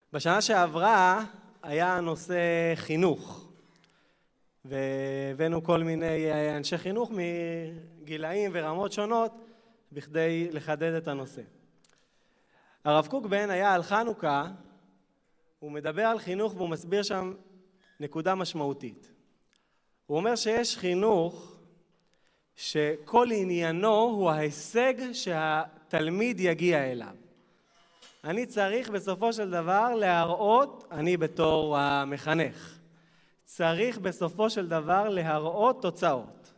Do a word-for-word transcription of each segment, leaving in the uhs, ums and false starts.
בשנה שעברה היה נושא חינוך, והבאנו כל מיני אנשי חינוך מגילאים ורמות שונות בכדי לחדד את הנושא. הרב קוק בן היה על חנוכה, הוא מדבר על חינוך והוא מסביר שם נקודה משמעותית. הוא אומר שיש חינוך שכל עניינו הוא ההישג שהתלמיד יגיע אליו. אני צריך בסופו של דבר להראות, אני בתור המחנך, צריך בסופו של דבר להראות תוצאות.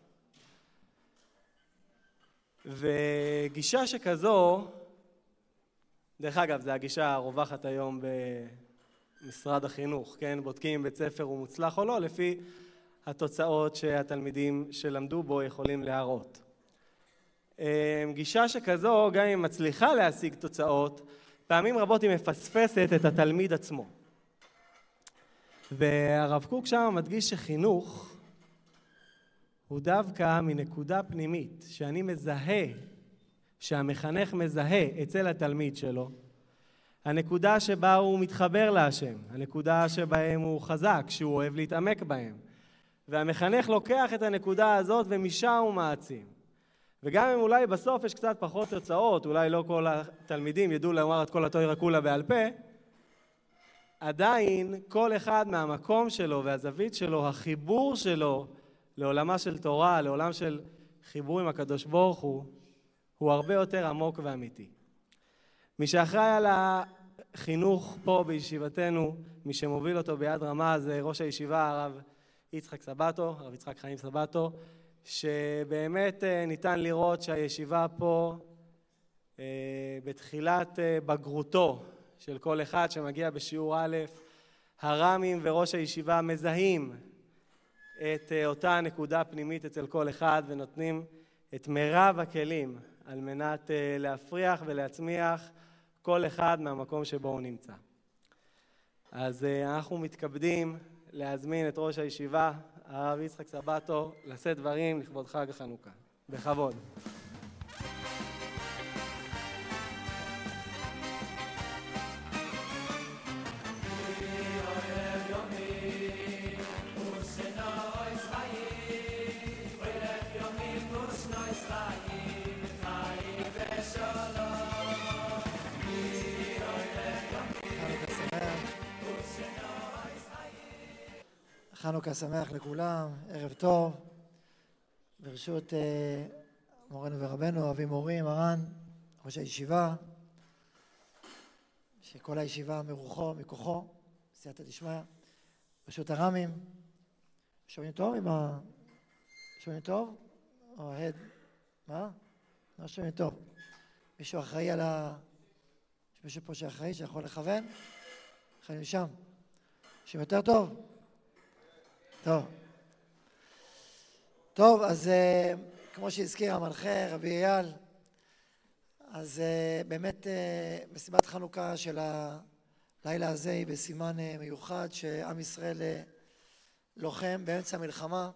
וגישה שכזו, דרך אגב, זו הגישה הרווחת היום במשרד החינוך, כן? בודקים אם בית ספר הוא מוצלח או לא, לפי התוצאות שהתלמידים שלמדו בו יכולים להראות. גישה שכזו, גם אם מצליחה להשיג תוצאות, פעמים רבות היא מפספסת את התלמיד עצמו. והרב קוק שם מדגיש שחינוך הוא דווקא מנקודה פנימית, שאני מזהה, שהמחנך מזהה אצל התלמיד שלו, הנקודה שבה הוא מתחבר להשם, הנקודה שבהם הוא חזק, שהוא אוהב להתעמק בהם. והמחנך לוקח את הנקודה הזאת ומשם הוא מעצים. וגם אם אולי בסוף יש קצת פחות תוצאות, אולי לא כל התלמידים ידעו לומר את כל התורה כולה בעל פה, עדיין כל אחד מהמקום שלו והזווית שלו, החיבור שלו לעולמה של תורה, לעולם של חיבור עם הקדוש ברוך הוא, הוא הרבה יותר עמוק ואמיתי. מי שאחראי על החינוך פה בישיבתנו, מי שמוביל אותו ביד רמה, זה ראש הישיבה הרב יצחק סבתו, הרב יצחק חיים סבתו, שבאמת ניתן לראות שהישיבה פה בתחילת בגרותו של כל אחד שמגיע בשיעור א', הרמים וראש הישיבה מזהים את אותה נקודה פנימית אצל כל אחד ונותנים את מירב הכלים על מנת להפריח ולהצמיח כל אחד מהמקום שבו הוא נמצא. אז אנחנו מתכבדים להזמין את ראש הישיבה, הרב יצחק סבתו, לשאת דברים לכבוד חג החנוכה. בכבוד. חנוכה שמח לכולם, ערב טוב. ברשות אה, מורנו ורבנו, אבי מורי, מרן, ראש הישיבה, שכל הישיבה מרוחו, מכוחו, סייעתא דשמיא, ברשות הרמים. שומעים טוב עם ה... שומעים טוב? או ההד? מה? לא שומעים טוב. מישהו אחראי על ה... יש מישהו פה שאחראי שיכול לכוון? חיים שם. שומעים יותר טוב? טוב. טוב, אז uh, כמו שהזכיר המנחה רבי אייל, אז uh, באמת uh, מסיבת חנוכה של הלילה הזה היא בסימן uh, מיוחד שעם ישראל uh, לוחם באמצע המלחמה,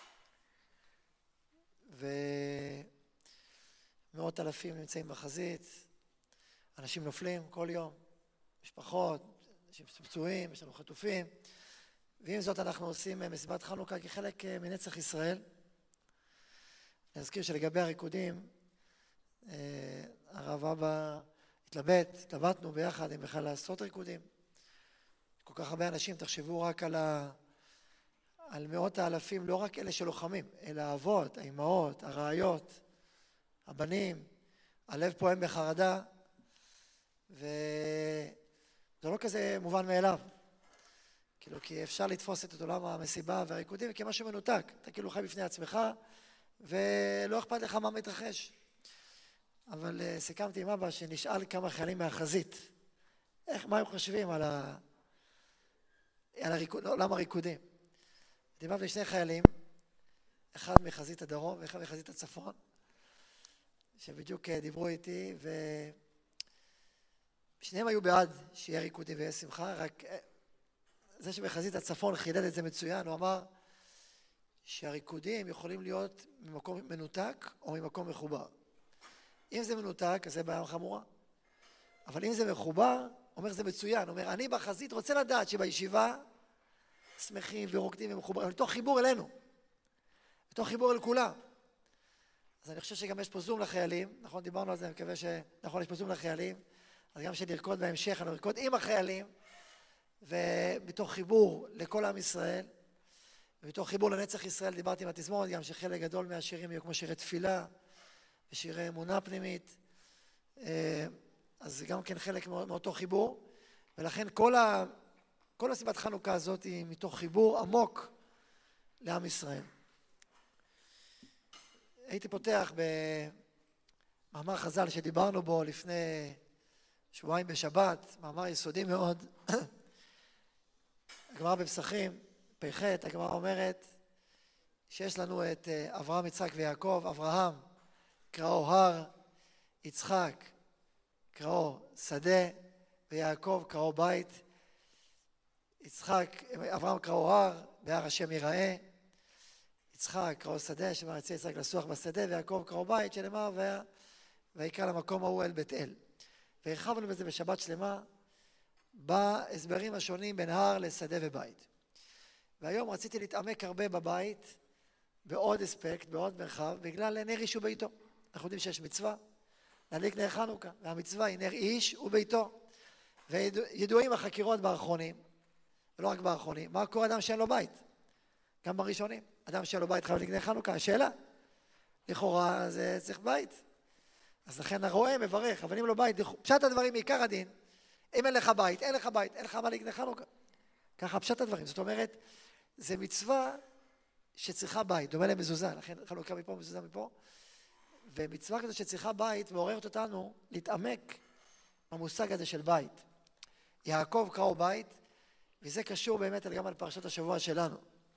ומאות אלפים נמצאים בחזית, אנשים נופלים כל יום, משפחות, אנשים פצועים, יש לנו חטופים, ועם זאת אנחנו עושים מסיבת חנוכה כחלק מנצח ישראל. נזכיר שלגבי הריקודים, הרב אבא התלבט, התלבטנו ביחד אם בכלל לעשות ריקודים. כל כך הרבה אנשים, תחשבו רק על, ה... על מאות האלפים, לא רק אלה שלוחמים, אלא האבות, האימהות, הרעיות, הבנים, הלב פועם בחרדה, וזה לא כזה מובן מאליו. כאילו, כי אפשר לתפוס את עולם המסיבה והריקודים כמשהו מנותק. אתה כאילו חי בפני עצמך, ולא אכפת לך מה מתרחש. אבל uh, סיכמתי עם אבא שנשאל כמה חיילים מהחזית. איך, מה הם חושבים על, ה... על הריקוד... עולם הריקודים. דיברתי לשני חיילים, אחד מחזית הדרום ואחד מחזית הצפון, שבדיוק דיברו איתי, ושניהם היו בעד שיהיה ריקודים ויהיה שמחה, רק... זה שבחזית הצפון חידד את זה מצוין, הוא אמר שהריקודים יכולים להיות ממקום מנותק או ממקום מחובר. אם זה מנותק, אז זה בעיה חמורה. אבל אם זה מחובר, אומר זה מצוין, אומר אני בחזית רוצה לדעת שבישיבה שמחים ורוקדים ומחוברים, מתוך חיבור אלינו, מתוך חיבור אל כולם. אז אני חושב שגם יש פה זום לחיילים, נכון, דיברנו על זה, אני מקווה שנכון, יש פה זום לחיילים, אז גם שנרקוד בהמשך, אני נרקוד עם החיילים, ומתוך חיבור לכל עם ישראל, ומתוך חיבור לנצח ישראל, דיברתי עם התזמורת, גם שחלק גדול מהשירים יהיו כמו שירי תפילה, ושירי אמונה פנימית, אז זה גם כן חלק מאותו חיבור, ולכן כל, ה... כל הסיבת חנוכה הזאת היא מתוך חיבור עמוק לעם ישראל. הייתי פותח במאמר חז"ל שדיברנו בו לפני שבועיים בשבת, מאמר יסודי מאוד. הגמרא בפסחים, פ"ח, הגמרא אומרת שיש לנו את אברהם, יצחק ויעקב. אברהם קראו הר, יצחק קראו שדה, ויעקב קראו בית. יצחק, אברהם קראו הר, בהר השם יראה. יצחק קראו שדה, שמר יצא יצחק לסוח בשדה, ויעקב קראו בית, שנאמר וה... ויקרא למקום ההוא אל בית אל. והרחבנו בזה בשבת שלמה, בהסברים השונים בין הר לשדה ובית. והיום רציתי להתעמק הרבה בבית, בעוד אספקט, בעוד מרחב, בגלל נר איש וביתו. אנחנו יודעים שיש מצווה, להדליק נר חנוכה, והמצווה היא נר איש וביתו. וידועים החקירות באחרונים, ולא רק באחרונים, מה קורה אדם שאין לו בית? גם בראשונים. אדם שאין לו בית חייב להדליק נר חנוכה, השאלה. לכאורה זה צריך בית. אז לכן הרועה מברך, אבל אם לא בית, פשט הדברים מעיקר הדין, אם אין לך בית, אין לך בית, אין לך מה להדליק נר חנוכה. ככה פשט הדברים. זאת אומרת, זה מצווה שצריכה בית, דומה למזוזה, לכן חנוכה מפה, מזוזה מפה. ומצווה כזאת שצריכה בית מעוררת אותנו להתעמק במושג הזה של בית. יעקב קראו בית, וזה קשור באמת גם על פרשת השבוע שלנו.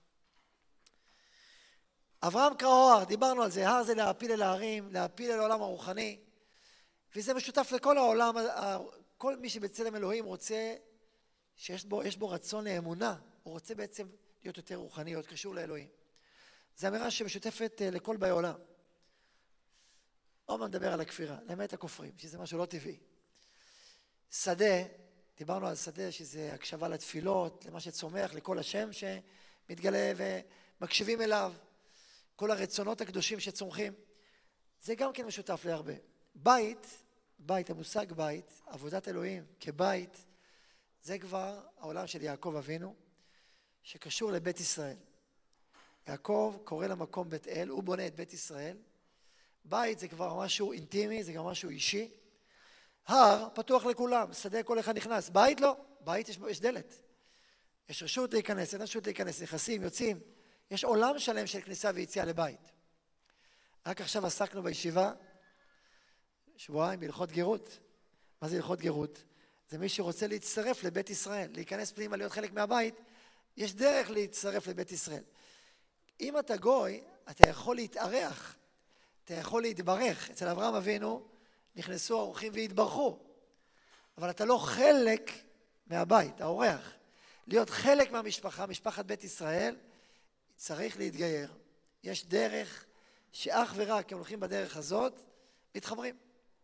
אברהם קראו הר, דיברנו על זה, הר זה להפיל אל ההרים, להפיל אל העולם הרוחני, וזה משותף לכל העולם, כל מי שבצלם אלוהים רוצה, שיש בו, יש בו רצון לאמונה, הוא רוצה בעצם להיות יותר רוחני, להיות קשור לאלוהים. זו אמירה שמשותפת לכל באי עולם. עוד מה נדבר על הכפירה, למעט הכופרים, שזה משהו לא טבעי. שדה, דיברנו על שדה, שזה הקשבה לתפילות, למה שצומח, לכל השם שמתגלה ומקשיבים אליו, כל הרצונות הקדושים שצומחים, זה גם כן משותף להרבה. בית, בית, המושג בית, עבודת אלוהים כבית, זה כבר העולם של יעקב אבינו, שקשור לבית ישראל. יעקב קורא למקום בית אל, הוא בונה את בית ישראל. בית זה כבר משהו אינטימי, זה גם משהו אישי. הר פתוח לכולם, שדה כל אחד נכנס. בית לא, בית יש, יש דלת. יש רשות להיכנס, אין רשות להיכנס, נכנסים, יוצאים. יש עולם שלם של כניסה ויציאה לבית. רק עכשיו עסקנו בישיבה, שבועיים בהלכות גרות. מה זה הלכות גרות? זה מי שרוצה להצטרף לבית ישראל, להיכנס פנימה, להיות חלק מהבית, יש דרך להצטרף לבית ישראל. אם אתה גוי, אתה יכול להתארח, אתה יכול להתברך. אצל אברהם אבינו נכנסו האורחים והתברכו, אבל אתה לא חלק מהבית, האורח. להיות חלק מהמשפחה, משפחת בית ישראל, צריך להתגייר. יש דרך שאך ורק הם הולכים בדרך הזאת, מתחברים.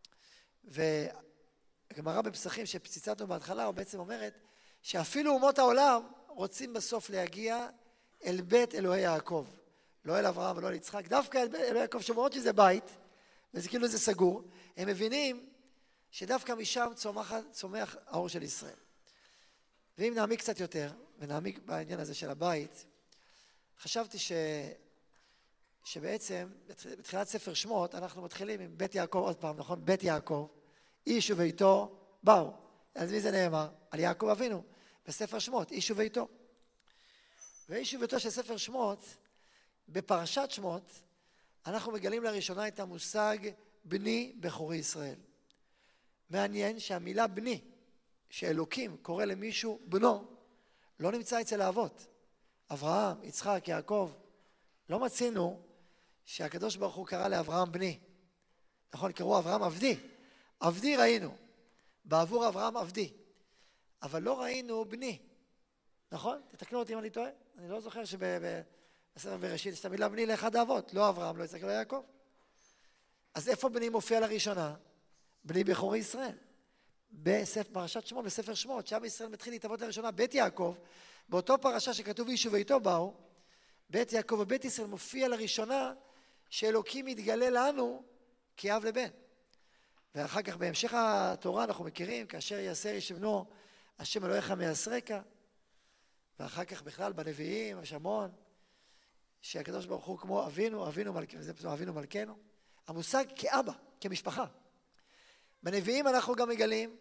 והגמרא בפסחים שציטטנו בהתחלה, הוא בעצם אומרת שאפילו אומות העולם רוצים בסוף להגיע אל בית אלוהי יעקב. לא אל אברהם ולא אל יצחק, דווקא אל אלוהי יעקב, שאומרות שזה בית, וזה כאילו זה סגור, הם מבינים שדווקא משם צומח, צומח האור של ישראל. ואם נעמיק קצת יותר, ונעמיק בעניין הזה של הבית, חשבתי ש... שבעצם בתחילת ספר שמות אנחנו מתחילים עם בית יעקב עוד פעם, נכון? בית יעקב, איש וביתו באו. על מי זה נאמר? על יעקב אבינו, בספר שמות, איש וביתו. ואיש וביתו של ספר שמות, בפרשת שמות, אנחנו מגלים לראשונה את המושג בני בכורי ישראל. מעניין שהמילה בני, שאלוקים קורא למישהו בנו, לא נמצא אצל האבות. אברהם, יצחק, יעקב, לא מצינו שהקדוש ברוך הוא קרא לאברהם בני. נכון, קראו אברהם עבדי. עבדי ראינו, בעבור אברהם עבדי. אבל לא ראינו בני. נכון? תתקנו אותי אם אני טועה. אני לא זוכר שבספר בראשית יש את המילה בני לאחד האבות. לא אברהם, לא יצחק, לא יעקב. אז איפה בני מופיע לראשונה? בני בכורי ישראל. בספר פרשת שמות, בספר שמות, שעם ישראל מתחיל להתאבות לראשונה, בית יעקב, באותו פרשה שכתוב איש וביתו באו, בית יעקב ובית ישראל מופיע לראשונה שאלוקים מתגלה לנו כאב לבן. ואחר כך בהמשך התורה אנחנו מכירים, כאשר יעשר איש בנו, השם אלוהיך מייסרך, ואחר כך בכלל בנביאים, יש המון, שהקדוש ברוך הוא כמו אבינו, אבינו מלכנו, זה פשוט אבינו מלכנו, המושג כאבא, כמשפחה. בנביאים אנחנו גם מגלים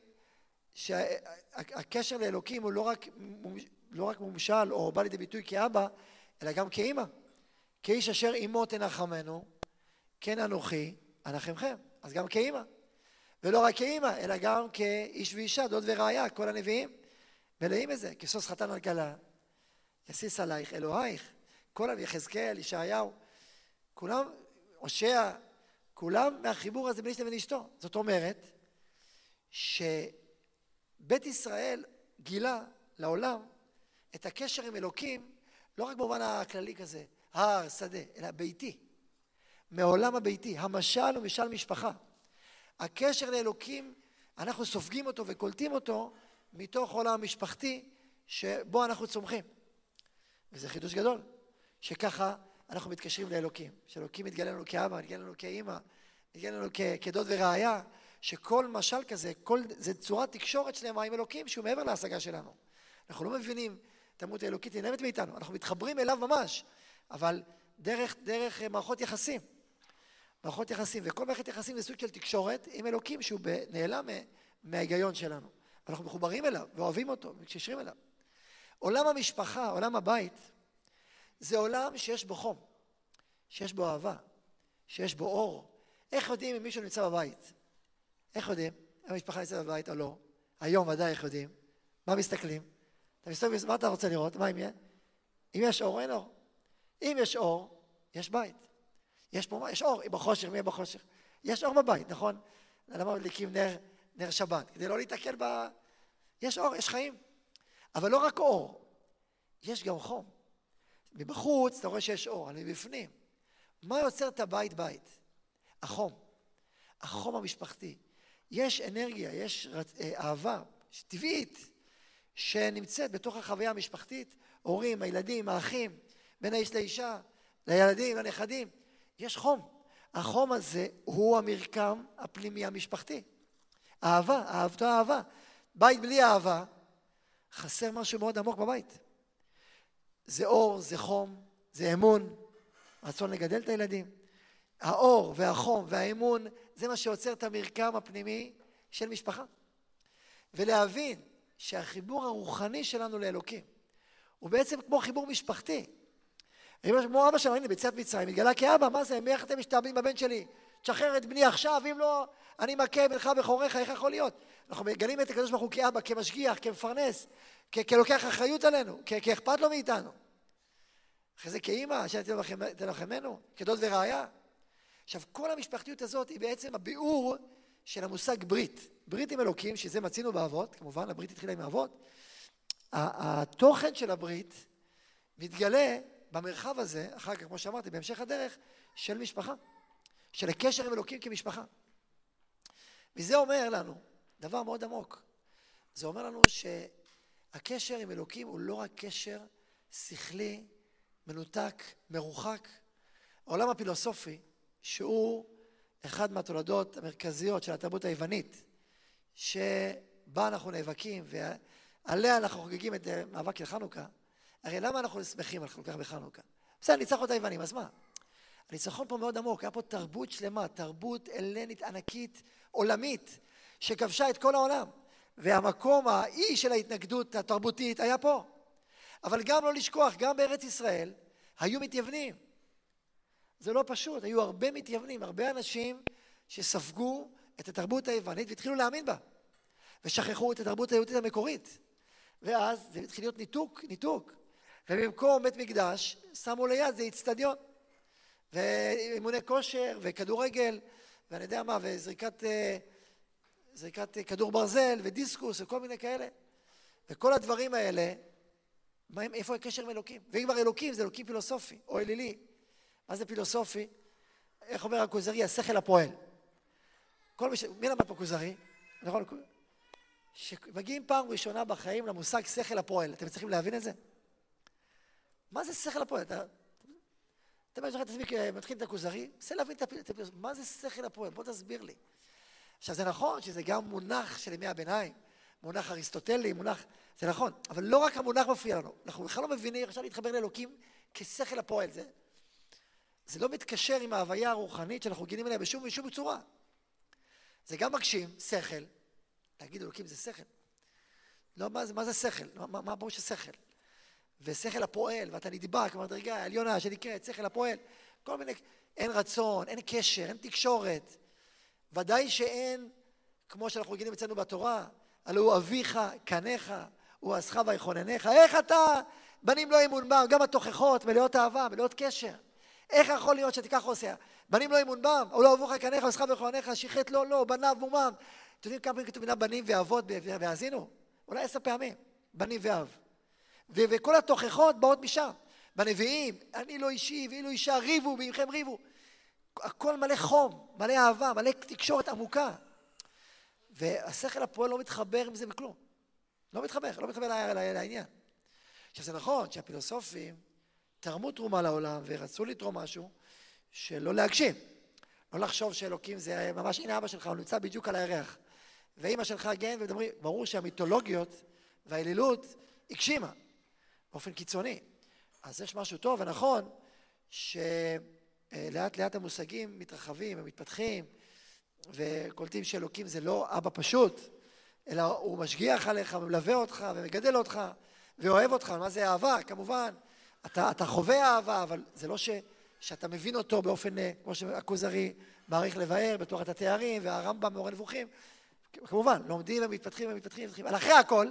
שהקשר לאלוקים הוא לא רק, לא רק מומשל או בא לידי ביטוי כאבא, אלא גם כאמא. כאיש אשר אמו תנחמנו, כן אנוכי אנחמכם, אז גם כאמא. ולא רק כאמא, אלא גם כאיש ואישה, דוד ורעיה, כל הנביאים מלאים בזה, כסוס חתן על כלה, יסיס עלייך אלוהיך, כל יחזקאל, ישעיהו, כולם, הושע, כולם מהחיבור הזה בין איש לבין אשתו. זאת אומרת שבית ישראל גילה לעולם את הקשר עם אלוקים, לא רק במובן הכללי כזה, הר, שדה, אלא ביתי, מעולם הביתי, המשל ומשל משפחה. הקשר לאלוקים, אנחנו סופגים אותו וקולטים אותו מתוך עולם המשפחתי שבו אנחנו צומחים. וזה חידוש גדול, שככה אנחנו מתקשרים לאלוקים, שאלוקים מתגלה לנו כאבא, מתגלה לנו כאמא, מתגלה לנו כדוד ורעיה, שכל משל כזה, כל, זה צורת תקשורת שלמה עם אלוקים שהוא מעבר להשגה שלנו. אנחנו לא מבינים את הדמות האלוקית, היא נעלמת מאיתנו, אנחנו מתחברים אליו ממש, אבל דרך, דרך מערכות יחסים. מערכות יחסים, וכל מערכת יחסים זה סוג של תקשורת עם אלוקים שהוא נעלם מההיגיון שלנו. אנחנו מחוברים אליו ואוהבים אותו, מקשרים אליו. עולם המשפחה, עולם הבית, זה עולם שיש בו חום, שיש בו אהבה, שיש בו אור. איך יודעים אם מישהו נמצא בבית? איך יודעים? אם המשפחה נמצא בבית או לא? היום ודאי איך יודעים. מה מסתכלים? אתה מסתכל, מה אתה רוצה לראות? מה אם יהיה? אם יש אור, אין אור. אם יש אור, יש בית. יש פה, יש אור, בחושך, מי בחושך? יש אור בבית, נכון? למה מדליקים נר, נר שבת? כדי לא להתעכל ב... יש אור, יש חיים. אבל לא רק אור, יש גם חום. מבחוץ אתה רואה שיש אור, אבל מבפנים. מה יוצר את הבית בית? החום. החום המשפחתי. יש אנרגיה, יש אהבה טבעית שנמצאת בתוך החוויה המשפחתית, הורים, הילדים, האחים, בין האיש לאישה, לילדים, לנכדים. יש חום. החום הזה הוא המרקם הפנימי המשפחתי. אהבה, אהבתו אהבה. בית בלי אהבה, חסר משהו מאוד עמוק בבית. זה אור, זה חום, זה אמון, רצון לגדל את הילדים. האור והחום והאמון, זה מה שיוצר את המרקם הפנימי של משפחה. ולהבין שהחיבור הרוחני שלנו לאלוקים, הוא בעצם כמו חיבור משפחתי. כמו אבא שלנו, הנה ביציאת מצרים, התגלה כאבא, מה זה? איך אתם משתעבדים בבן שלי? תשחרר את בני עכשיו, אם לא, אני מכה בנך בחוריך, איך יכול להיות? אנחנו מגלים את הקדוש ברוך הוא כאבא, כמשגיח, כמפרנס, כלוקח אחריות עלינו, כאכפת לו מאיתנו. אחרי זה כאמא, שתנחמנו, כדוד ורעיה. עכשיו, כל המשפחתיות הזאת היא בעצם הביאור של המושג ברית. ברית עם אלוקים, שזה מצינו באבות, כמובן, הברית התחילה עם האבות. התוכן של הברית מתגלה במרחב הזה, אחר כך, כמו שאמרתי, בהמשך הדרך, של משפחה. של הקשר עם אלוקים כמשפחה. וזה אומר לנו, דבר מאוד עמוק, זה אומר לנו שהקשר עם אלוקים הוא לא רק קשר שכלי, מנותק, מרוחק. העולם הפילוסופי, שהוא אחד מהתולדות המרכזיות של התרבות היוונית, שבה אנחנו נאבקים ועליה אנחנו חוגגים את מאבק של חנוכה, הרי למה אנחנו שמחים כל כך בחנוכה? בסדר, ניצחנו את היוונים, אז מה? הניצחון פה מאוד עמוק, היה פה תרבות שלמה, תרבות אלנית ענקית, עולמית, שכבשה את כל העולם. והמקום, האי של ההתנגדות התרבותית היה פה. אבל גם לא לשכוח, גם בארץ ישראל, היו מתייוונים. זה לא פשוט, היו הרבה מתייוונים, הרבה אנשים שספגו את התרבות היוונית והתחילו להאמין בה. ושכחו את התרבות היהודית המקורית. ואז זה התחיל להיות ניתוק, ניתוק. ובמקום בית מקדש, שמו ליד, זה אצטדיון. ואימוני כושר, וכדורגל, ואני יודע מה, וזריקת זריקת כדור ברזל, ודיסקוס, וכל מיני כאלה. וכל הדברים האלה, איפה הקשר עם אלוקים? ואם כבר אלוקים, זה אלוקים פילוסופי, או אלילי. מה זה פילוסופי? איך אומר הכוזרי? השכל הפועל. כל מי ש... מי למד פה כוזרי? נכון? שמגיעים פעם ראשונה בחיים למושג שכל הפועל. אתם צריכים להבין את זה? מה זה שכל הפועל? אתה... אתם מתחילים את הכוזרי, רוצה להבין את הפילוסוף, מה זה שכל הפועל? בוא תסביר לי. עכשיו זה נכון שזה גם מונח של ימי הביניים, מונח אריסטוטלי, מונח, זה נכון, אבל לא רק המונח מפריע לנו, אנחנו בכלל לא מבינים עכשיו להתחבר לאלוקים כשכל הפועל, זה, זה לא מתקשר עם ההוויה הרוחנית שאנחנו גינים אליה בשום ושום צורה. זה גם מגשים, שכל, להגיד אלוקים זה שכל. לא, מה זה, מה זה שכל? מה, מה ברור ששכל? ושכל הפועל, ואתה נדבק, במדרגה העליונה שנקראת, שכל הפועל, כל מיני, אין רצון, אין קשר, אין תקשורת. ודאי שאין, כמו שאנחנו רגילים אצלנו בתורה, הלא הוא אביך, קניך, הוא עשך ויחוננך. איך אתה, בנים לא אמון בם, גם התוכחות, מלאות אהבה, מלאות קשר. איך יכול להיות שתיקח עושה? בנים לא אמון בם, הוא לא אבוך, קניך, עשך ויחוננך, שיחת לא, לא, בניו מומם. אתם יודעים כמה פעמים כתוב מילה בנים ואבות והאזינו? אולי עשר פעמים, בנים ואב. ו- וכל התוכחות באות משם. בנביאים, אני לא אישי ואילו אישה, ריבו, ועמכם ריבו. הכל מלא חום, מלא אהבה, מלא תקשורת עמוקה. והשכל הפועל לא מתחבר עם זה בכלום. לא מתחבר, לא מתחבר לעניין. עכשיו זה נכון שהפילוסופים תרמו תרומה לעולם ורצו לתרום משהו שלא להגשים. לא לחשוב שאלוקים זה ממש, הנה אבא שלך, הוא נמצא בדיוק על הירח. ואמא שלך גן, ומדברים, ברור שהמיתולוגיות והאלילות הגשימה, באופן קיצוני. אז יש משהו טוב ונכון, שלאט לאט המושגים מתרחבים ומתפתחים, וקולטים שאלוקים זה לא אבא פשוט, אלא הוא משגיח עליך ומלווה אותך ומגדל אותך ואוהב אותך. מה זה אהבה? כמובן, אתה, אתה חווה אהבה, אבל זה לא ש, שאתה מבין אותו באופן, כמו שהכוזרי מעריך לבאר, בתור את התארים והרמב"ם מאור הנבוכים. כמובן, לומדים ומתפתחים ומתפתחים ומתפתחים. אבל אחרי הכל,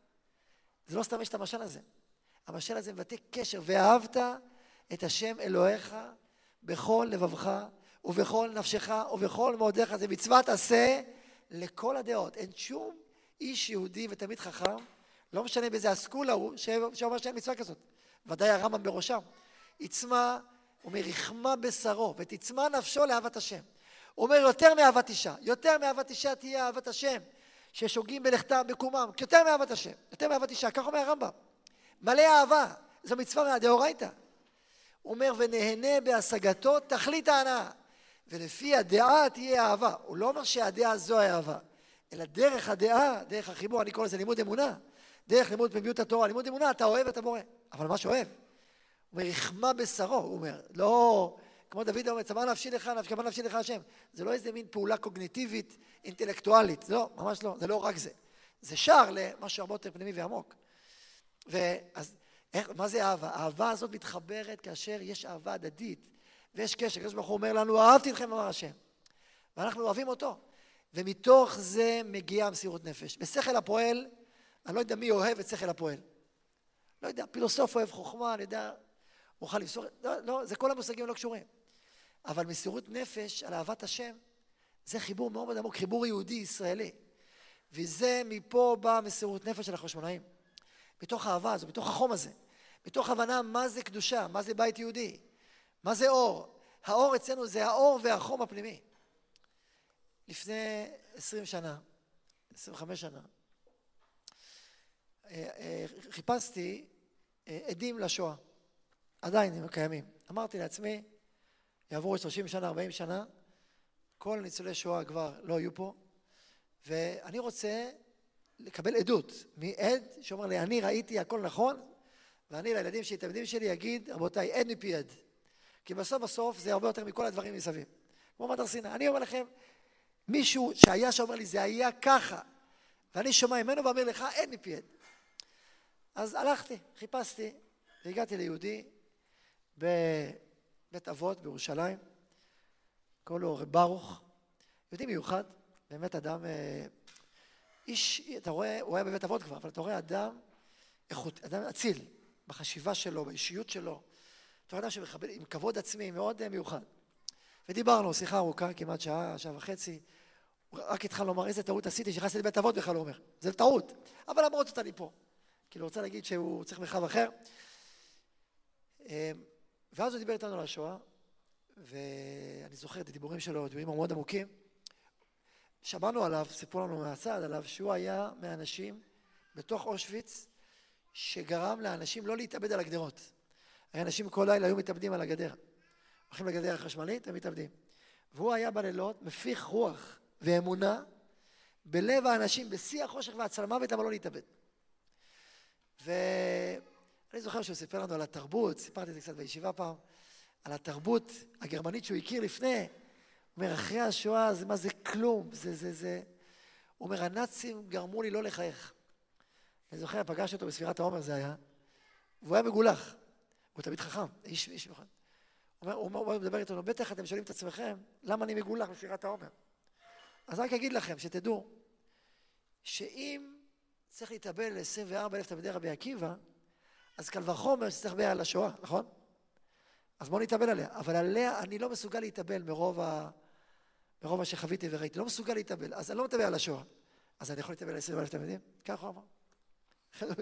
זה לא סתם יש את המשל הזה. המשל הזה מבטא קשר, ואהבת את השם אלוהיך בכל לבבך ובכל נפשך ובכל מאודיך. זה מצוות עשה לכל הדעות. אין שום איש יהודי ותמיד חכם, לא משנה באיזה אסכולה הוא, שאומר שאין מצווה כזאת. ודאי הרמב"ם בראשם. יצמא, הוא אומר, יחמא בשרו ותצמא נפשו לאהבת השם. הוא אומר, יותר מאהבת אישה, יותר מאהבת אישה תהיה אהבת השם, ששוגים בלכתם בקומם, יותר מאהבת השם, יותר מאהבת אישה, כך אומר הרמב"ם. מלא אהבה, זו מצווה מהדאורייתא. הוא אומר, ונהנה בהשגתו תכלית ההנאה, ולפי הדעה תהיה אהבה. הוא לא אומר שהדעה זו האהבה, אלא דרך הדעה, דרך החיבור, אני קורא לזה לימוד אמונה, דרך לימוד פנימיות התורה, לימוד אמונה, אתה אוהב את הבורא. אבל מה שאוהב? הוא אומר, יחמא בשרו, הוא אומר, לא, כמו דוד אומר, צמא נפשי לך, כמה נפשי לך השם. זה לא איזה מין פעולה קוגניטיבית, אינטלקטואלית, לא, ממש לא, זה לא רק זה. זה שר למשהו הרבה יותר פנימי ועמוק. ואז, איך, מה זה אהבה? האהבה הזאת מתחברת כאשר יש אהבה הדדית, ויש קשר. הקדוש ברוך הוא אומר לנו, אהבתי אתכם, אמר השם. ואנחנו אוהבים אותו. ומתוך זה מגיעה מסירות נפש. בשכל הפועל, אני לא יודע מי אוהב את שכל הפועל. לא יודע, פילוסוף אוהב חוכמה, אני יודע, אוכל למסור, לא, לא, זה כל המושגים לא קשורים. אבל מסירות נפש על אהבת השם, זה חיבור מאוד מאוד עמוק, חיבור יהודי ישראלי. וזה מפה בא מסירות נפש של החשמונאים. מתוך האהבה הזו, מתוך החום הזה. מתוך הבנה מה זה קדושה, מה זה בית יהודי, מה זה אור. האור אצלנו זה האור והחום הפנימי. לפני עשרים שנה, עשרים וחמש שנה, חיפשתי עדים לשואה. עדיין הם קיימים. אמרתי לעצמי, יעברו שלושים שנה, ארבעים שנה, כל ניצולי שואה כבר לא יהיו פה, ואני רוצה לקבל עדות מעד שאומר לי, אני ראיתי הכל נכון, ואני לילדים שלי, תלמידים שלי, יגיד, רבותיי, עד מפי עד. כי בסוף בסוף זה הרבה יותר מכל הדברים מסביב. כמו מדר סיני, אני אומר לכם, מישהו שהיה שאומר לי, זה היה ככה, ואני שומע ממנו ואומר לך, עד מפי עד. אז הלכתי, חיפשתי, והגעתי ליהודי בבית אבות בירושלים, קוראים לו רב ברוך, יהודי מיוחד, באמת אדם, איש, אתה רואה, הוא היה בבית אבות כבר, אבל אתה רואה אדם איכות, אדם אציל, בחשיבה שלו, באישיות שלו, אתה רואה אדם שמכבד, עם כבוד עצמי מאוד מיוחד. ודיברנו, שיחה ארוכה, כמעט שעה, שעה וחצי, רק התחל לומר, איזה טעות עשיתי, שחסתי לבית אבות בכלל, הוא אומר, זה טעות, אבל למרות זאת אני פה. כאילו, רוצה להגיד שהוא צריך מרחב אחר. ואז הוא דיבר איתנו על השואה, ואני זוכר את הדיבורים שלו, דיבורים מאוד עמוקים. שמענו עליו, סיפרו לנו מהצד עליו, שהוא היה מהאנשים בתוך אושוויץ, שגרם לאנשים לא להתאבד על הגדרות. הרי אנשים כל לילה היו מתאבדים על הגדר. הולכים לגדר החשמלית, הם מתאבדים. והוא היה בלילות, מפיח רוח ואמונה, בלב האנשים, בשיא החושך והצלמוות, למה לא להתאבד. ואני זוכר שהוא סיפר לנו על התרבות, סיפרתי את זה קצת בישיבה פעם, על התרבות הגרמנית שהוא הכיר לפני. הוא אומר, אחרי השואה, זה מה זה כלום, זה זה זה. הוא אומר, הנאצים גרמו לי לא לחייך. אני זוכר, פגשתי אותו בספירת העומר, זה היה, והוא היה מגולח. הוא תמיד חכם, איש איש מיוחד. הוא אומר, הוא מדבר איתנו, בטח אתם שואלים את עצמכם, למה אני מגולח בספירת העומר? אז רק אגיד לכם, שתדעו, שאם צריך להתאבל ל-עשרים וארבעה אלף תלמידי רבי עקיבא, אז קל וחומר שצריך להתאבל על השואה, נכון? אז בואו נתאבל עליה. אבל עליה אני לא מסוגל להתאבל מרוב, ה... מרוב מה שחוויתי וראיתי. לא מסוגל להתאבל, אז אני לא מתאבל על השואה. אז אני יכול להתאבל ל-עשרים אלף תלמידים? ככה הוא אמר.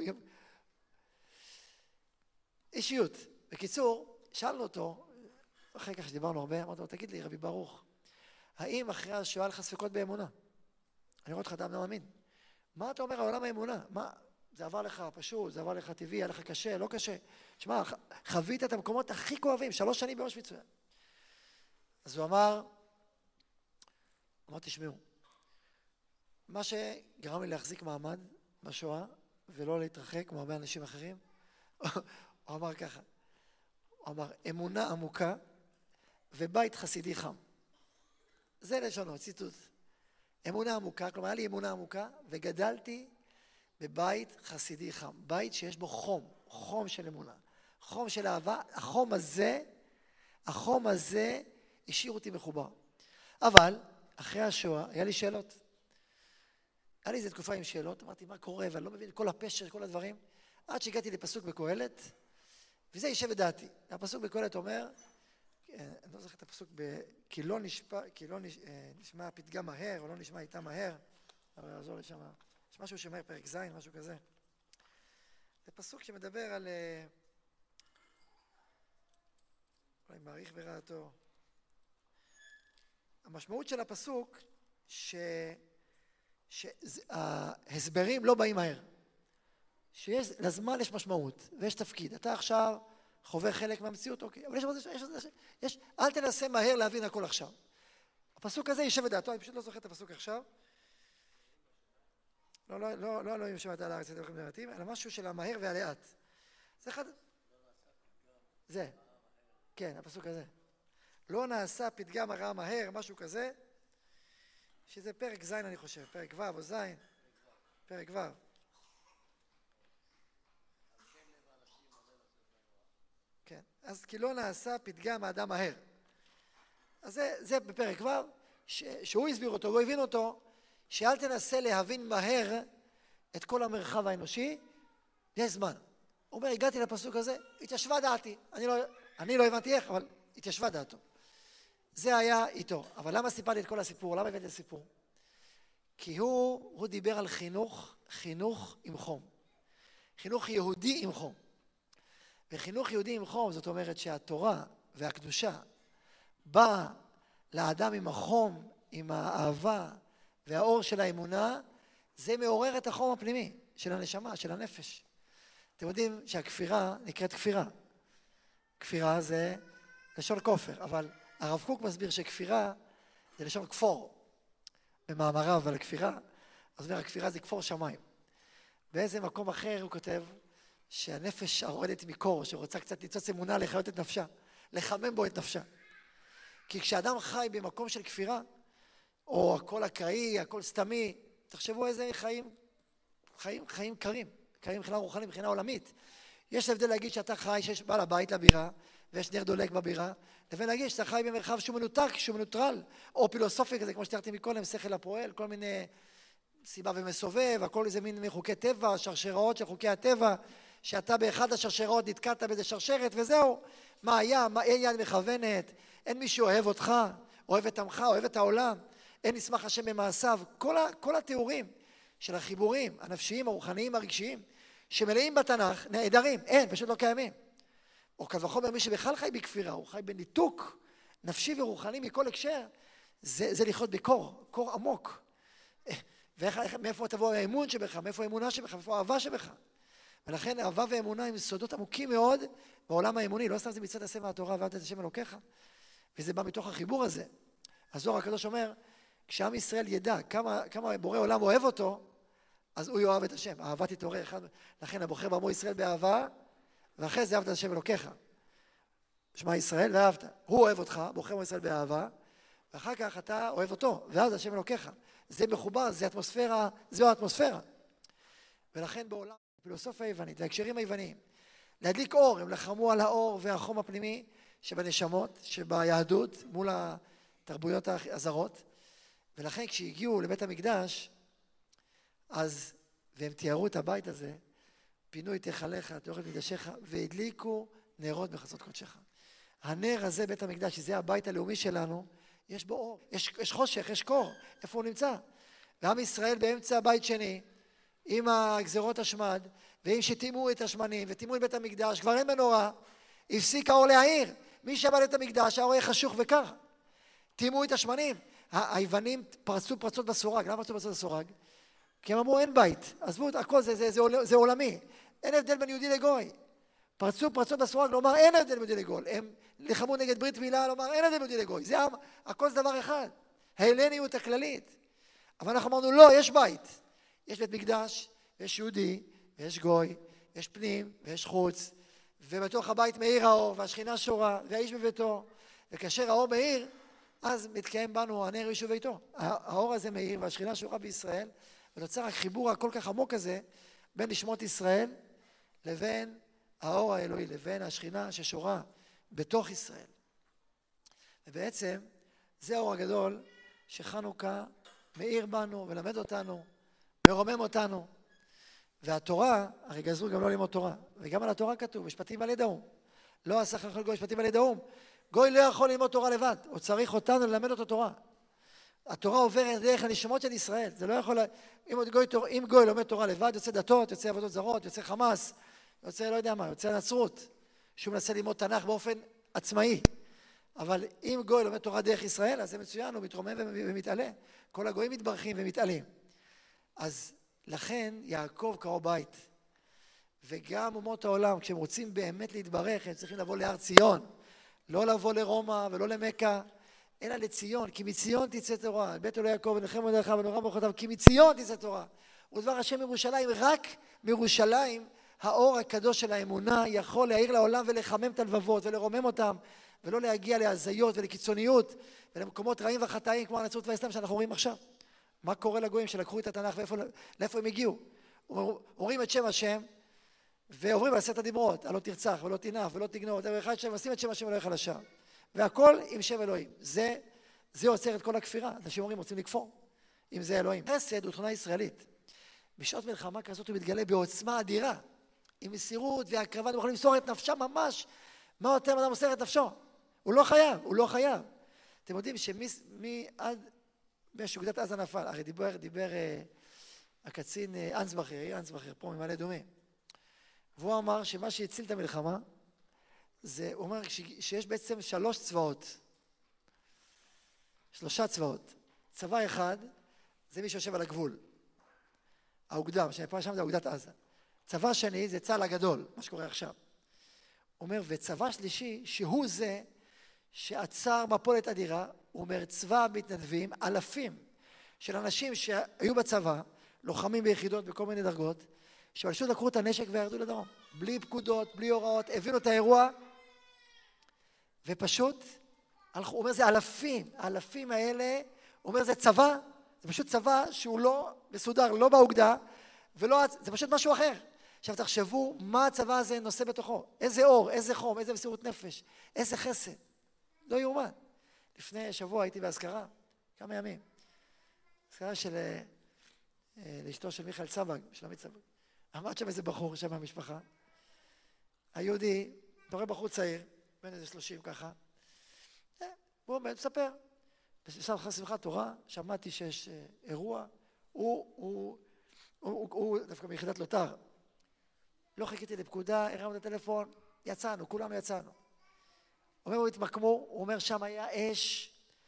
אישיות. בקיצור, שאלנו אותו, אחרי כך שדיברנו הרבה, אמרנו לו, תגיד לי, רבי ברוך, האם אחרי השואה לך ספקות באמונה? אני רואה אותך אדם לא מאמין. מה אתה אומר על עולם האמונה? מה? זה עבר לך פשוט, זה עבר לך טבעי, היה לך קשה, לא קשה. שמע, חווית את המקומות הכי כואבים, שלוש שנים באושוויץ. אז הוא אמר, אמר, תשמעו, מה שגרם לי להחזיק מעמד בשואה, ולא להתרחק כמו הרבה אנשים אחרים, הוא אמר ככה, הוא אמר, אמונה עמוקה ובית חסידי חם. זה לשונו, ציטוט. אמונה עמוקה, כלומר, היה לי אמונה עמוקה, וגדלתי בבית חסידי חם. בית שיש בו חום, חום של אמונה, חום של אהבה. החום הזה, החום הזה השאיר אותי מחובר. אבל, אחרי השואה, היה לי שאלות. היה לי איזו תקופה עם שאלות, אמרתי, מה קורה? ואני לא מבין כל הפשר, כל הדברים. עד שהגעתי לפסוק בקהלת, וזה יישב את דעתי. הפסוק בקהלת אומר, אני לא זוכר את הפסוק, כי לא נשמע, כי לא נשמע הפתגם מהר, או לא נשמע איתה מהר, אבל יעזור לי שם, יש משהו שאומר פרק זין, משהו כזה. זה פסוק שמדבר על, אולי מעריך ברעתו. המשמעות של הפסוק, ש... שההסברים לא באים מהר. שלזמן יש משמעות, ויש תפקיד. אתה עכשיו חווה חלק מהמציאות, אוקיי, אבל יש, יש, יש, יש, אל תנסה מהר להבין הכל עכשיו. הפסוק הזה יישב את דעתו, אני פשוט לא זוכר את הפסוק עכשיו. לא, לא, לא, לא, לא אם שמעת על הארץ, אתם יכולים לרתים, אלא משהו של המהר והלאט. זה אחד... זה. כן, הפסוק הזה. לא נעשה פתגם הרע מהר, משהו כזה, שזה פרק זין, אני חושב, פרק ו' או זין, פרק ו'. כן, אז כי לא נעשה פתגם האדם מהר. אז זה, זה בפרק ו', שהוא הסביר אותו, הוא הבין אותו, שאל תנסה להבין מהר את כל המרחב האנושי, יש זמן. הוא אומר, הגעתי לפסוק הזה, התיישבה דעתי. אני לא, אני לא הבנתי איך, אבל התיישבה דעתו. זה היה איתו. אבל למה סיפרתי את כל הסיפור? למה הבאתי את הסיפור? כי הוא, הוא דיבר על חינוך, חינוך עם חום. חינוך יהודי עם חום. וחינוך יהודי עם חום, זאת אומרת שהתורה והקדושה באה לאדם עם החום, עם האהבה והאור של האמונה, זה מעורר את החום הפנימי של הנשמה, של הנפש. אתם יודעים שהכפירה נקראת כפירה. כפירה זה לשון כופר, אבל הרב קוק מסביר שכפירה זה לשון כפור. במאמריו על הכפירה, אז אומר, הכפירה זה כפור שמיים. באיזה מקום אחר הוא כותב שהנפש הרועדת מקור, שרוצה קצת ניצוץ אמונה לחיות את נפשה, לחמם בו את נפשה. כי כשאדם חי במקום של כפירה, או הכל אקראי, הכל סתמי, תחשבו איזה חיים, חיים, חיים קרים, קרים מבחינה רוחנית, מבחינה עולמית. יש הבדל להגיד שאתה חי, שיש בעל הבית לבירה, ויש נר דולק בבירה, לבין להגיד שאתה חי במרחב שהוא מנותק, שהוא מנוטרל, או פילוסופי כזה, כמו שתיארתי מקודם, שכל הפועל, כל מיני סיבה ומסובב, הכל איזה מין מחוקי טבע, שרשרות של חוקי הטבע, שאתה באחד השרשרות נתקעת באיזה שרשרת, וזהו. מה היה? מה, אין יד מכוונת, אין מי שאוהב אותך, אוהב את עמך, אוהב את העולם, אין נשמח השם במעשיו. כל, ה, כל התיאורים של החיבורים, הנפשיים, הרוחניים, הרגשיים, שמלאים בתנ"ך, נהדרים, אין, פשוט לא קיימים. או קל וחומר, מי שבכלל חי בכפירה, הוא חי בניתוק נפשי ורוחני מכל הקשר, זה, זה לחיות בקור, קור עמוק. ומאיפה תבוא האמון שבך, מאיפה האמונה שבך, מאיפה האהבה שבך. ולכן אהבה ואמונה הם סודות עמוקים מאוד בעולם האמוני. לא סתם זה מצוות עשה מהתורה ואהבת את השם אלוקיך, וזה בא מתוך החיבור הזה. הזוהר הקדוש אומר, כשעם ישראל ידע כמה, כמה בורא עולם אוהב אותו, אז הוא יאהב את השם. אהבת יתעורר אחד. לכן הבוחר בעמו ישראל באהבה, ואחרי זה אהבת את השם אלוקיך. שמע ישראל ואהבת. הוא אוהב אותך, בוחר בעמו ישראל באהבה, ואחר כך אתה אוהב אותו, ואז השם אלוקיך. זה מחובר, זה אטמוספירה, זו האטמוספירה. ולכן בעולם הפילוסופיה היוונית וההקשרים היווניים, להדליק אור, הם לחמו על האור והחום הפנימי שבנשמות, שביהדות, מול התרבויות הזרות. ולכן כשהגיעו לבית המקדש, אז, והם תיארו את הבית הזה, פינו את היכליך, את אורך מקדשך, והדליקו נרות בחצות קודשך. הנר הזה, בית המקדש, שזה הבית הלאומי שלנו, יש בו אור, יש, יש חושך, יש קור. איפה הוא נמצא? ועם ישראל באמצע בית שני, עם הגזרות השמד, ועם שתימו את השמנים, ותימו את בית המקדש, כבר אין מנורה, הפסיק האור להעיר. מי שבא לבית המקדש, האור יהיה חשוך וקר. תימו את השמנים. היוונים פרצו פרצות בסורג. למה פרצו פרצות בסורג? כי הם אמרו, אין בית. עזבו, הכל זה, זה, זה, זה, זה עולמי. אין הבדל בין יהודי לגוי. פרצו פרצות בסורג, לומר, אין הבדל בין יהודי לגוי. הם לחמו נגד ברית מילה, לומר, אין הבדל בין יהודי לגוי. זה הכל זה דבר אחד. ההלניות הכללית. אבל אנחנו אמרנו, לא, יש בית. יש בית מקדש, יש יהודי, ויש גוי, יש פנים, ויש חוץ, ובתוך הבית מאיר האור, והשכינה שורה, והאיש בביתו, וכאשר האור מאיר, אז מתקיים בנו הנר איש וביתו. האור הזה מאיר, והשכינה שורה בישראל, ונוצר החיבור הכל כך עמוק הזה, בין נשמות ישראל, לבין האור האלוהי, לבין השכינה ששורה בתוך ישראל. ובעצם, זה האור הגדול, שחנוכה מאיר בנו, ולמד אותנו, מרומם אותנו. והתורה, הרי גזרו גם לא ללמוד תורה, וגם על התורה כתוב, משפטים על יד האום. לא עשה חכם גוי משפטים על יד האום. גוי לא יכול ללמוד תורה לבד, הוא צריך אותנו ללמד אותו תורה. התורה עוברת דרך הנשמות של ישראל, זה לא יכול, אם גוי, אם גוי לומד תורה לבד, יוצא דתות, יוצא עבודות זרות, יוצא חמאס, יוצא לא יודע מה, יוצא נצרות, שהוא מנסה ללמוד תנ"ך באופן עצמאי. אבל אם גוי לומד תורה דרך ישראל, אז זה מצוין, הוא מתרומם ומתעלה. כל הגויים מתברכים ומתעלים. אז לכן יעקב קרא בית, וגם אומות העולם, כשהם רוצים באמת להתברך, הם צריכים לבוא להר ציון, לא לבוא לרומא ולא למכה, אלא לציון, כי מציון תצא תורה, בית אלוהי יעקב ונחם עליך ונורא ברכותיו, כי מציון תצא תורה. ודבר השם מירושלים, רק מירושלים, האור הקדוש של האמונה יכול להאיר לעולם ולחמם את הלבבות ולרומם אותם, ולא להגיע להזיות ולקיצוניות ולמקומות רעים וחטאים כמו הנצרות והאסלאם שאנחנו רואים עכשיו. מה קורה לגויים שלקחו את התנ"ך ולאיפה הם הגיעו? אומרים את שם השם ועוברים על עשרת הדיברות, הלא תרצח ולא תנאף ולא תגנוב, אחד שם, עושים את שם השם אלוהיך לשער. והכל עם שם אלוהים. זה, זה עוצר את כל הכפירה. אנשים אומרים, רוצים לכפור. אם זה אלוהים. חסד הוא תכונה ישראלית. בשעות מלחמה כזאת הוא מתגלה בעוצמה אדירה. עם מסירות והקרבה, הם יכולים למסור את נפשם ממש. מה יותר אדם מוסר את נפשו? הוא לא חייב, הוא לא חייב. אתם יודעים שמי עד בשוגדת עזה נפל, הרי דיבר, דיבר אה, הקצין אה, אנסבכר, אנסבכר פה ממעלה אדומים. והוא אמר שמה שהציל את המלחמה, זה, הוא אומר ש, שיש בעצם שלוש צבאות. שלושה צבאות. צבא אחד, זה מי שיושב על הגבול. האוגדה, שפה שם זה אוגדת עזה. צבא שני, זה צה"ל הגדול, מה שקורה עכשיו. הוא אומר, וצבא שלישי, שהוא זה שעצר מפולת אדירה, הוא אומר, צבא מתנדבים, אלפים של אנשים שהיו בצבא, לוחמים ביחידות בכל מיני דרגות, שפשוט לקחו את הנשק וירדו לדרום. בלי פקודות, בלי הוראות, הבינו את האירוע, ופשוט, הוא אומר, זה אלפים, האלפים האלה, הוא אומר, זה צבא, זה פשוט צבא שהוא לא מסודר, לא באוגדה, ולא, זה פשוט משהו אחר. עכשיו תחשבו מה הצבא הזה נושא בתוכו, איזה אור, איזה חום, איזה מסירות נפש, איזה חסד. לא יאומן. לפני שבוע הייתי בהזכרה, כמה ימים. הזכרה של לאשתו של מיכאל סבג, של עמית סבג. עמד שם איזה בחור שם מהמשפחה. היהודי, אתה רואה בחור צעיר, בין איזה שלושים ככה. הוא עומד, מספר. בשמחת שמחת תורה, שמעתי שיש אירוע. הוא, הוא, הוא, הוא דווקא מיחידת לוטר. לא חיכיתי לפקודה, הרמנו את הטלפון, יצאנו, כולנו יצאנו. הוא אומר, הוא התמקמו, הוא אומר, שם היה אש,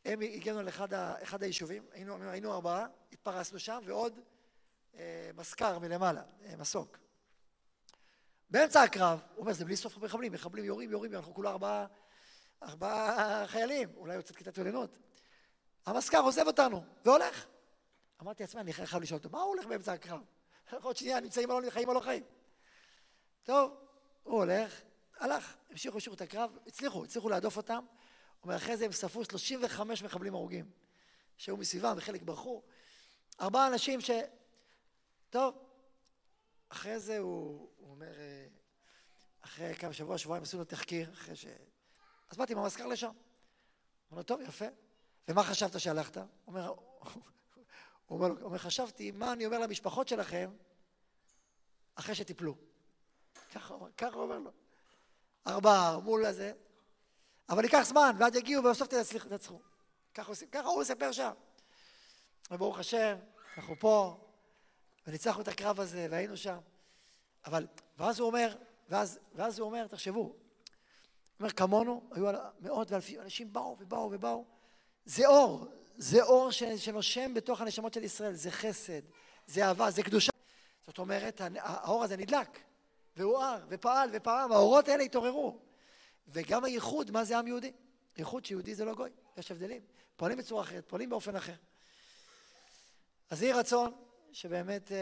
הם הגענו לאחד היישובים, היינו, היינו ארבעה, התפרסנו שם, ועוד אה, מסקר מלמעלה, אה, מסוק. באמצע הקרב, הוא אומר, זה בלי סוף מחבלים, מחבלים יורים, יורים, אנחנו כולו ארבעה, ארבעה חיילים, אולי יוצאת כיתת יולנות. המסקר עוזב אותנו, והולך. אמרתי לעצמי, אני חייב לשאול אותו, מה הוא הולך באמצע הקרב? עוד שנייה, נמצאים או לא חיים או לא חיים. טוב, הוא הולך, הלך, המשיכו, המשיכו את הקרב, הצליחו, הצליחו להדוף אותם. ומאחרי זה הם ספרו שלושים וחמישה מחבלים הרוגים, שהיו מסביבם וחלק ברחו. ארבעה אנשים ש... טוב, אחרי זה הוא, הוא אומר, אחרי כמה שבוע, שבועיים עשו לו תחקיר, אחרי ש... אז באתי עם המזכר לשם. הוא אומר, טוב, יפה. ומה חשבת שהלכת? הוא אומר, הוא אומר, הוא אומר, חשבתי, מה אני אומר למשפחות שלכם אחרי שטיפלו. ככה, ככה הוא אומר לו. ארבעה מול הזה. אבל ייקח זמן, ועד יגיעו, ובסוף תנצחו. ככה, ככה הוא מספר שם. וברוך השם, אנחנו פה, וניצחנו את הקרב הזה, והיינו שם. אבל, ואז הוא אומר, ואז, ואז הוא אומר, תחשבו, הוא אומר, כמונו, היו מאות ואלפים, אנשים באו ובאו ובאו. זה אור, זה אור שנושם בתוך הנשמות של ישראל, זה חסד, זה אהבה, זה קדושה. זאת אומרת, האור הזה נדלק, והואר, ופעל, ופעם, האורות האלה התעוררו. וגם הייחוד, מה זה עם יהודי? ייחוד שיהודי זה לא גוי, יש הבדלים. פועלים בצורה אחרת, פועלים באופן אחר. אז יהי רצון שבאמת,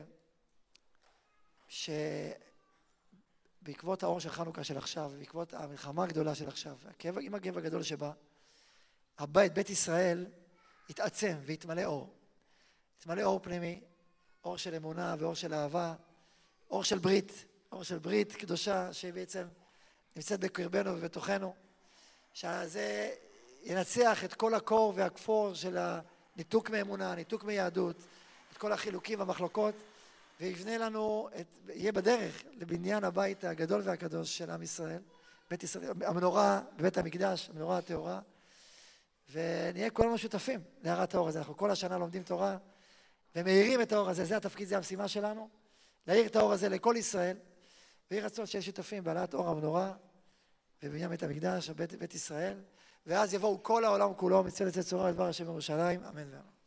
שבעקבות האור של חנוכה של עכשיו, בעקבות המלחמה הגדולה של עכשיו, עם הכאב הגדול שבא, הבית, בית ישראל, יתעצם ויתמלא אור. יתמלא אור פנימי, אור של אמונה ואור של אהבה, אור של ברית, אור של ברית קדושה שבעצם נמצאת בקרבנו ובתוכנו, שזה ינצח את כל הקור והכפור של הניתוק מאמונה, ניתוק מיהדות, את כל החילוקים והמחלוקות, ויבנה לנו, את, יהיה בדרך לבניין הבית הגדול והקדוש של עם ישראל, בית ישראל, המנורה בבית המקדש, המנורה הטהורה, ונהיה כולנו שותפים להארת האור הזה. אנחנו כל השנה לומדים תורה ומאירים את האור הזה, זה התפקיד, זה המשימה שלנו, להאיר את האור הזה לכל ישראל, ויהי רצון שיהיה שותפים בהעלאת אור המנורה ובבניין בית המקדש, בית, בית ישראל, ואז יבואו כל העולם כולו, מציון יצא צורה לדבר השם בירושלים, אמן ואמן.